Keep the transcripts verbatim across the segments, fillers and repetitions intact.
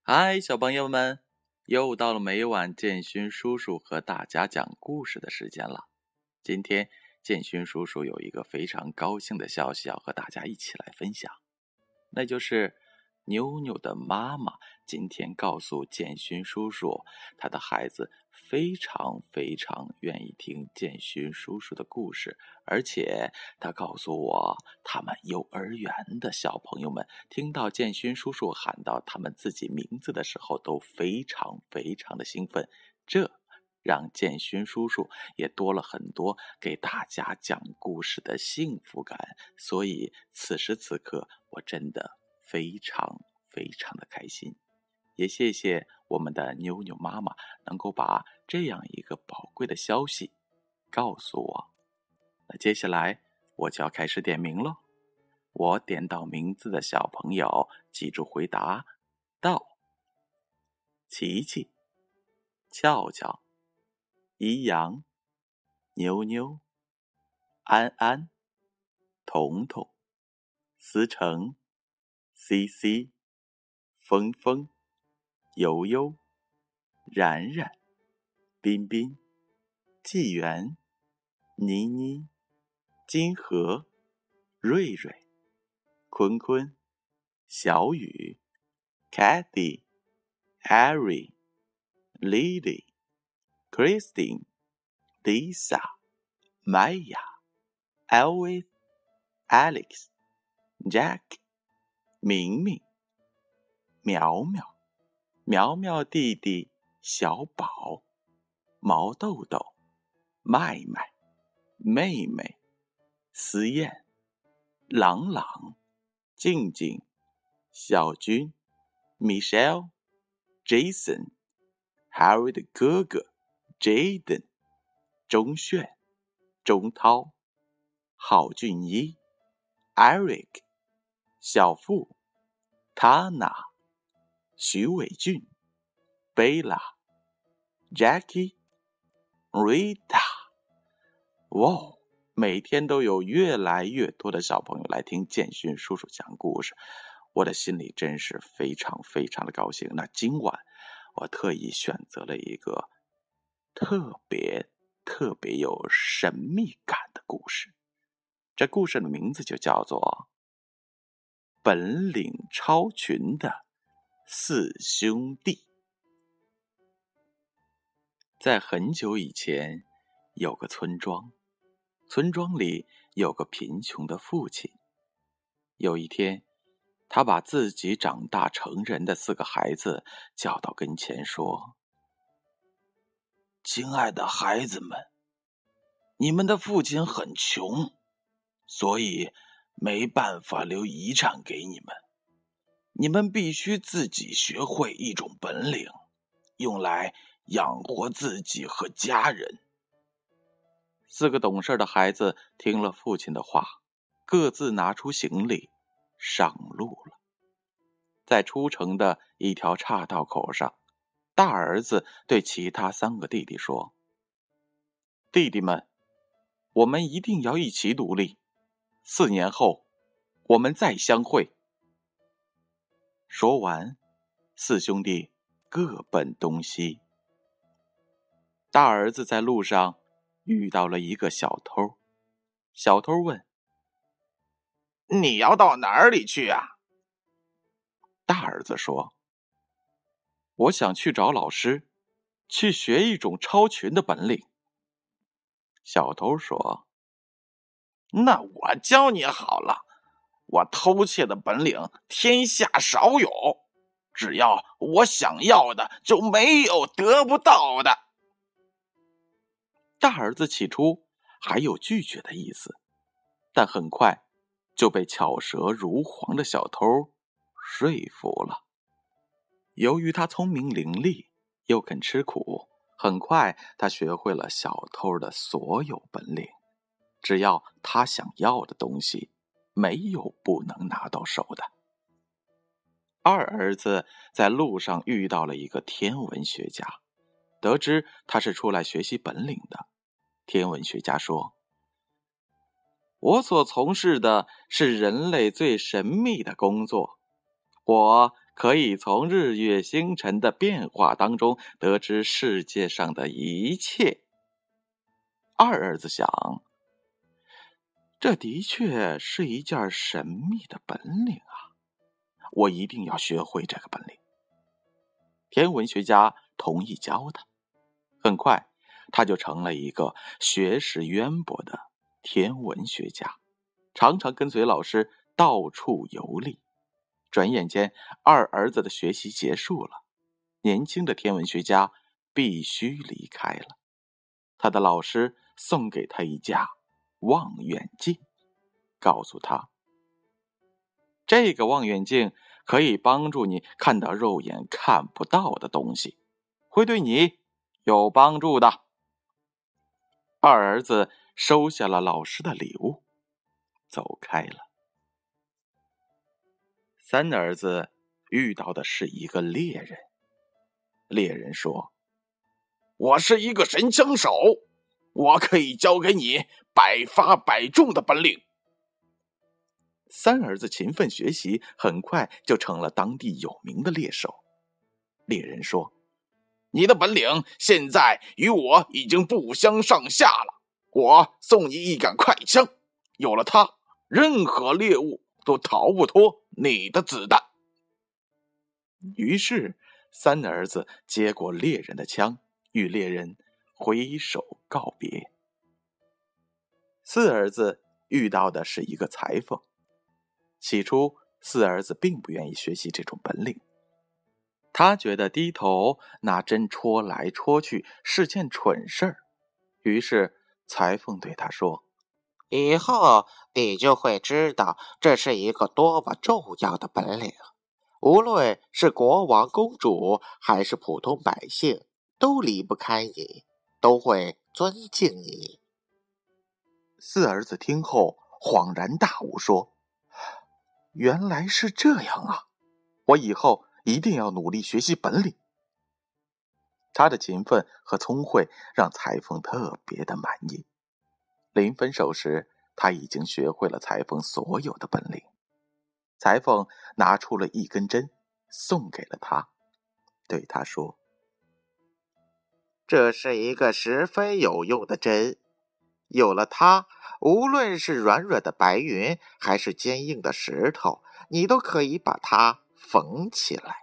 嗨，小朋友们，又到了每晚建勋叔叔和大家讲故事的时间了。今天建勋叔叔有一个非常高兴的消息要和大家一起来分享，那就是妞妞的妈妈今天告诉建勋叔叔，他的孩子非常非常愿意听建勋叔叔的故事，而且他告诉我，他们幼儿园的小朋友们听到建勋叔叔喊到他们自己名字的时候都非常非常的兴奋，这让建勋叔叔也多了很多给大家讲故事的幸福感，所以此时此刻我真的非常非常的开心，也谢谢我们的妞妞妈妈能够把这样一个宝贵的消息告诉我。那接下来我就要开始点名了，我点到名字的小朋友记住回答到。琪琪、俏俏、怡阳、妞妞、安安、彤彤、思成、C C、峰峰、悠悠、然然、彬彬、纪元、妮妮、金河、瑞瑞、坤坤、小雨、Cathy、Harry、Lily、Christine、Lisa、Maya、Elvis、Alex、Jack、明明、苗苗、苗苗弟弟、小宝、毛豆豆、麦麦、妹妹、思燕、朗朗、静静、小军、Michelle、Jason、Harry 的哥哥、Jaden、钟炫、钟涛、郝俊一、Eric、小付、Tana、徐伟俊、Bella、Jackie、Rita。 哇，每天都有越来越多的小朋友来听建勋叔叔讲故事，我的心里真是非常非常的高兴。那今晚我特意选择了一个特别特别有神秘感的故事，这故事的名字就叫做本领超群的四兄弟。在很久以前，有个村庄，村庄里有个贫穷的父亲。有一天，他把自己长大成人的四个孩子叫到跟前说：亲爱的孩子们，你们的父亲很穷，所以没办法留遗产给你们。你们必须自己学会一种本领，用来养活自己和家人。四个懂事的孩子听了父亲的话，各自拿出行李上路了。在出城的一条岔道口上，大儿子对其他三个弟弟说：弟弟们，我们一定要一起努力，四年后我们再相会。说完，四兄弟各奔东西。大儿子在路上遇到了一个小偷，小偷问：你要到哪里去啊？大儿子说：我想去找老师，去学一种超群的本领。小偷说：那我教你好了，我偷窃的本领天下少有，只要我想要的就没有得不到的。大儿子起初还有拒绝的意思，但很快就被巧舌如簧的小偷说服了。由于他聪明伶俐，又肯吃苦，很快他学会了小偷的所有本领。只要他想要的东西，没有不能拿到手的。二儿子在路上遇到了一个天文学家，得知他是出来学习本领的。天文学家说：我所从事的是人类最神秘的工作，我可以从日月星辰的变化当中得知世界上的一切。二儿子想，这的确是一件神秘的本领啊，我一定要学会这个本领。天文学家同意教他，很快他就成了一个学识渊博的天文学家，常常跟随老师到处游历。转眼间，二儿子的学习结束了，年轻的天文学家必须离开了。他的老师送给他一架望远镜，告诉他，这个望远镜可以帮助你看到肉眼看不到的东西，会对你有帮助的。二儿子收下了老师的礼物，走开了。三儿子遇到的是一个猎人。猎人说，我是一个神枪手，我可以教给你百发百中的本领。三儿子勤奋学习，很快就成了当地有名的猎手。猎人说，你的本领现在与我已经不相上下了，我送你一杆快枪，有了它，任何猎物都逃不脱你的子弹。于是三儿子接过猎人的枪，与猎人挥手告别。四儿子遇到的是一个裁缝。起初四儿子并不愿意学习这种本领，他觉得低头拿针戳来戳去是件蠢事儿。于是裁缝对他说， 以后你就会知道这是一个多么重要的本领，无论是国王公主还是普通百姓，都离不开你，都会尊敬你。 四儿子听后恍然大悟，说，原来是这样啊，我以后一定要努力学习本领。他的勤奋和聪慧让裁缝特别的满意。临分手时，他已经学会了裁缝所有的本领。裁缝拿出了一根针，送给了他，对他说， 这是一个十分有用的针，有了它，无论是软软的白云还是坚硬的石头，你都可以把它缝起来。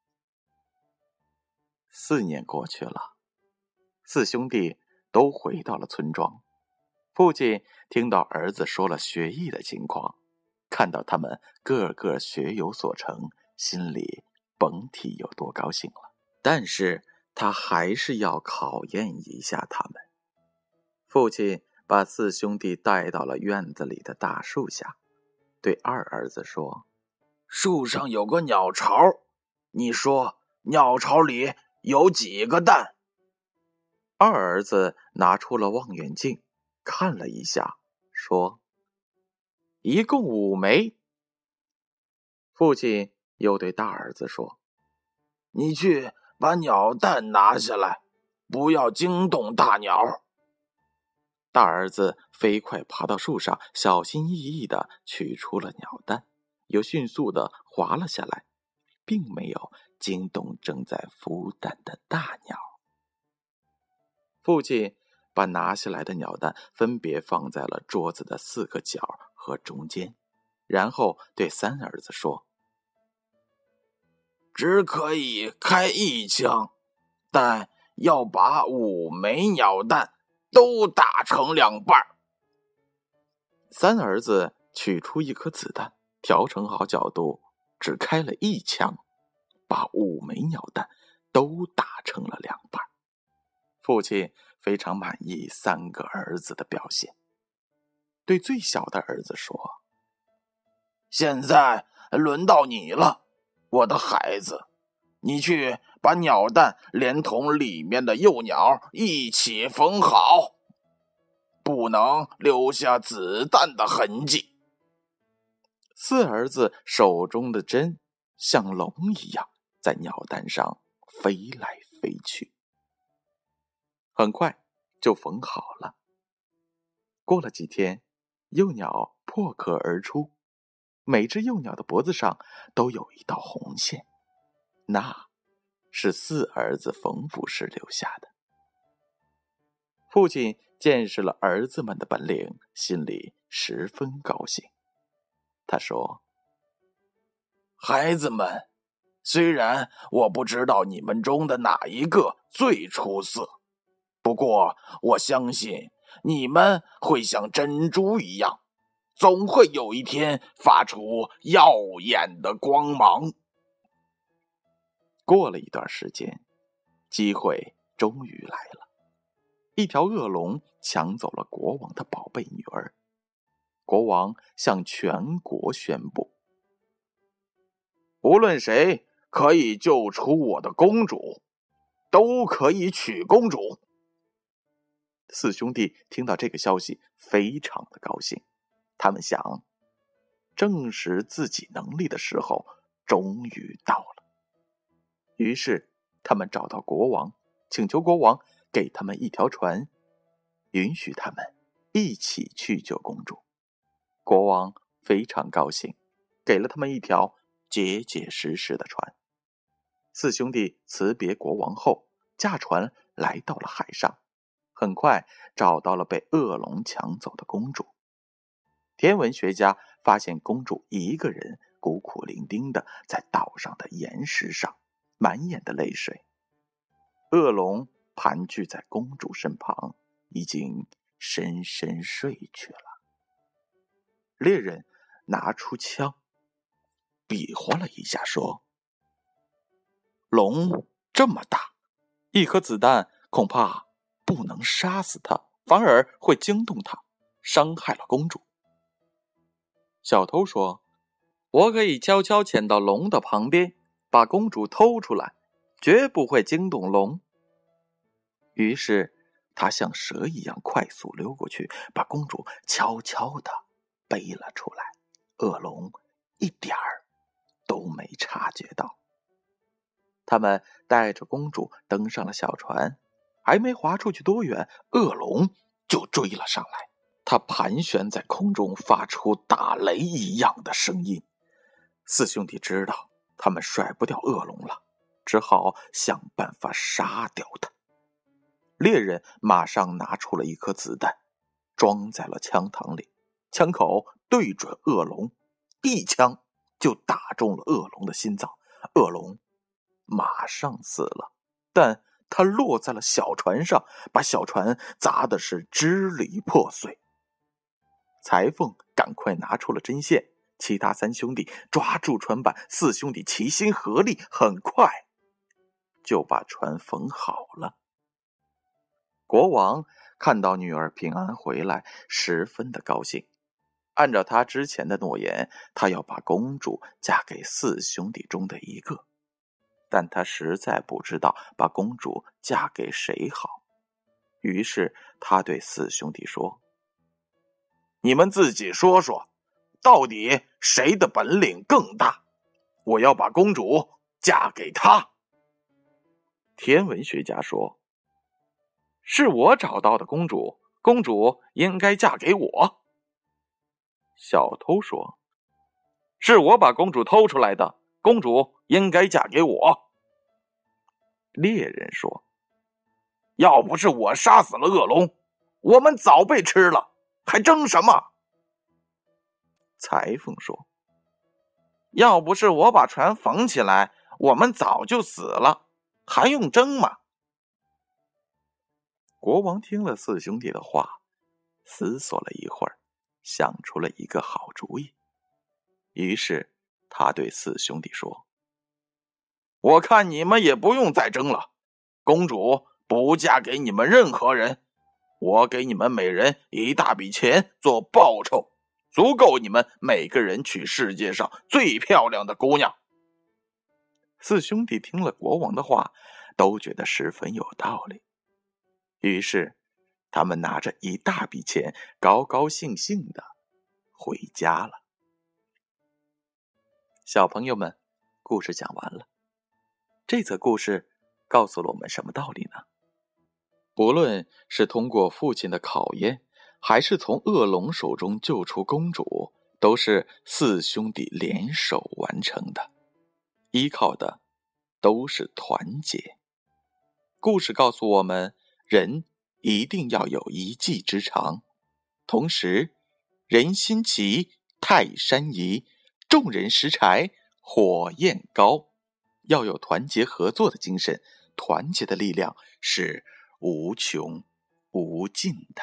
四年过去了，四兄弟都回到了村庄。父亲听到儿子说了学艺的情况，看到他们个个学有所成，心里甭提有多高兴了。但是他还是要考验一下他们。父亲把四兄弟带到了院子里的大树下，对二儿子说， 树上有个鸟巢，你说鸟巢里有几个蛋？ 二儿子拿出了望远镜，看了一下，说，一共五枚。父亲又对大儿子说， 你去把鸟蛋拿下来，不要惊动大鸟。 大儿子飞快爬到树上，小心翼翼地取出了鸟蛋，又迅速地滑了下来，并没有惊动正在孵蛋的大鸟。父亲把拿下来的鸟蛋分别放在了桌子的四个角和中间，然后对三儿子说， 只可以开一枪，但要把五枚鸟蛋都打成两半。 三儿子取出一颗子弹，调整好角度，只开了一枪，把五枚鸟蛋都打成了两半。父亲非常满意三个儿子的表现，对最小的儿子说， 现在轮到你了，我的孩子，你去把鸟蛋连同里面的幼鸟一起缝好，不能留下子弹的痕迹。 四儿子手中的针像龙一样在鸟蛋上飞来飞去，很快就缝好了。过了几天，幼鸟破壳而出，每只幼鸟的脖子上都有一道红线， 那是四儿子冯府士留下的。父亲见识了儿子们的本领，心里十分高兴。他说： 孩子们，虽然我不知道你们中的哪一个最出色，不过我相信你们会像珍珠一样，总会有一天发出耀眼的光芒。 过了一段时间，机会终于来了。一条恶龙抢走了国王的宝贝女儿。国王向全国宣布： 无论谁可以救出我的公主，都可以娶公主。 四兄弟听到这个消息非常的高兴，他们想，证实自己能力的时候终于到了。于是他们找到国王，请求国王给他们一条船，允许他们一起去救公主。国王非常高兴，给了他们一条结结实实的船。四兄弟辞别国王后，驾船来到了海上，很快找到了被恶龙抢走的公主。天文学家发现公主一个人孤苦伶仃的在岛上的岩石上，满眼的泪水。恶龙盘踞在公主身旁，已经深深睡去了。猎人拿出枪，比划了一下，说：龙这么大，一颗子弹恐怕不能杀死它，反而会惊动它，伤害了公主。小偷说：我可以悄悄潜到龙的旁边，把公主偷出来，绝不会惊动龙。于是他像蛇一样快速溜过去，把公主悄悄地背了出来，恶龙一点儿都没察觉到。他们带着公主登上了小船，还没划出去多远，恶龙就追了上来。它盘旋在空中，发出打雷一样的声音。四兄弟知道他们甩不掉恶龙了，只好想办法杀掉它。猎人马上拿出了一颗子弹，装在了枪膛里，枪口对准恶龙，一枪就打中了恶龙的心脏。恶龙马上死了，但它落在了小船上，把小船砸的是支离破碎。裁缝赶快拿出了针线，其他三兄弟抓住船板，四兄弟齐心合力，很快就把船缝好了。国王看到女儿平安回来，十分的高兴。按照他之前的诺言，他要把公主嫁给四兄弟中的一个，但他实在不知道把公主嫁给谁好。于是他对四兄弟说：你们自己说说，到底谁的本领更大？我要把公主嫁给他。天文学家说：是我找到的公主，公主应该嫁给我。小偷说：是我把公主偷出来的，公主应该嫁给我。猎人说：要不是我杀死了恶龙，我们早被吃了，还争什么？裁缝说：要不是我把船缝起来，我们早就死了，还用争吗？国王听了四兄弟的话，思索了一会儿，想出了一个好主意。于是他对四兄弟说：我看你们也不用再争了，公主不嫁给你们任何人，我给你们每人一大笔钱做报酬，足够你们每个人娶世界上最漂亮的姑娘。四兄弟听了国王的话，都觉得十分有道理。于是他们拿着一大笔钱，高高兴兴的回家了。小朋友们，故事讲完了。这则故事告诉了我们什么道理呢？不论是通过父亲的考验，还是从恶龙手中救出公主，都是四兄弟联手完成的。依靠的都是团结。故事告诉我们，人一定要有一技之长，同时人心齐，泰山移，众人拾柴火焰高，要有团结合作的精神，团结的力量是无穷无尽的。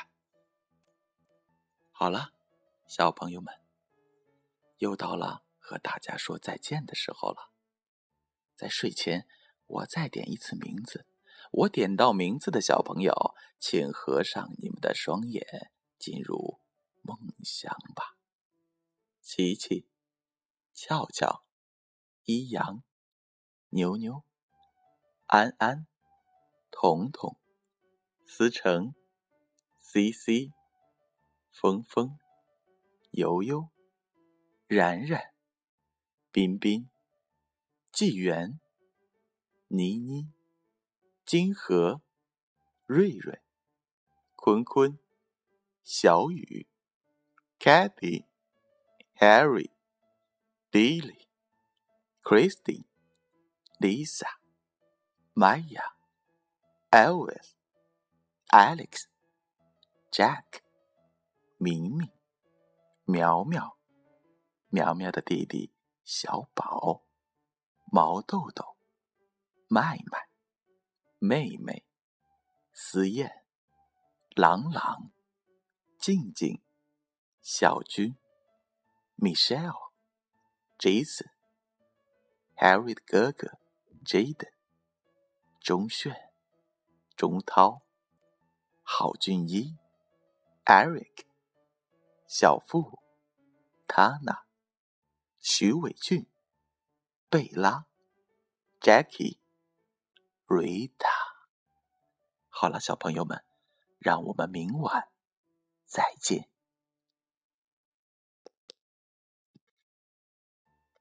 好了，小朋友们，又到了和大家说再见的时候了。在睡前，我再点一次名字，我点到名字的小朋友，请合上你们的双眼，进入梦乡吧。琪琪、俏俏、一阳、妞妞、安安、彤彤、思成、C C、峰峰、悠悠、然然、彬彬、纪元、妮妮、金河、瑞瑞、坤坤、小雨、Kathy、Harry、Billy、Christine、Lisa、Maya、Elvis、Alex、Jack、明明、苗苗、苗苗的弟弟小宝、毛豆豆、麦麦、妹妹、思燕、朗朗、静静、小军、Michelle、Jason、Harry 的哥哥 Jaden、钟炫、钟涛、郝俊一、Eric、小付、Tana、徐伟俊、贝拉、Jackie、Rita。好了，小朋友们，让我们明晚再见。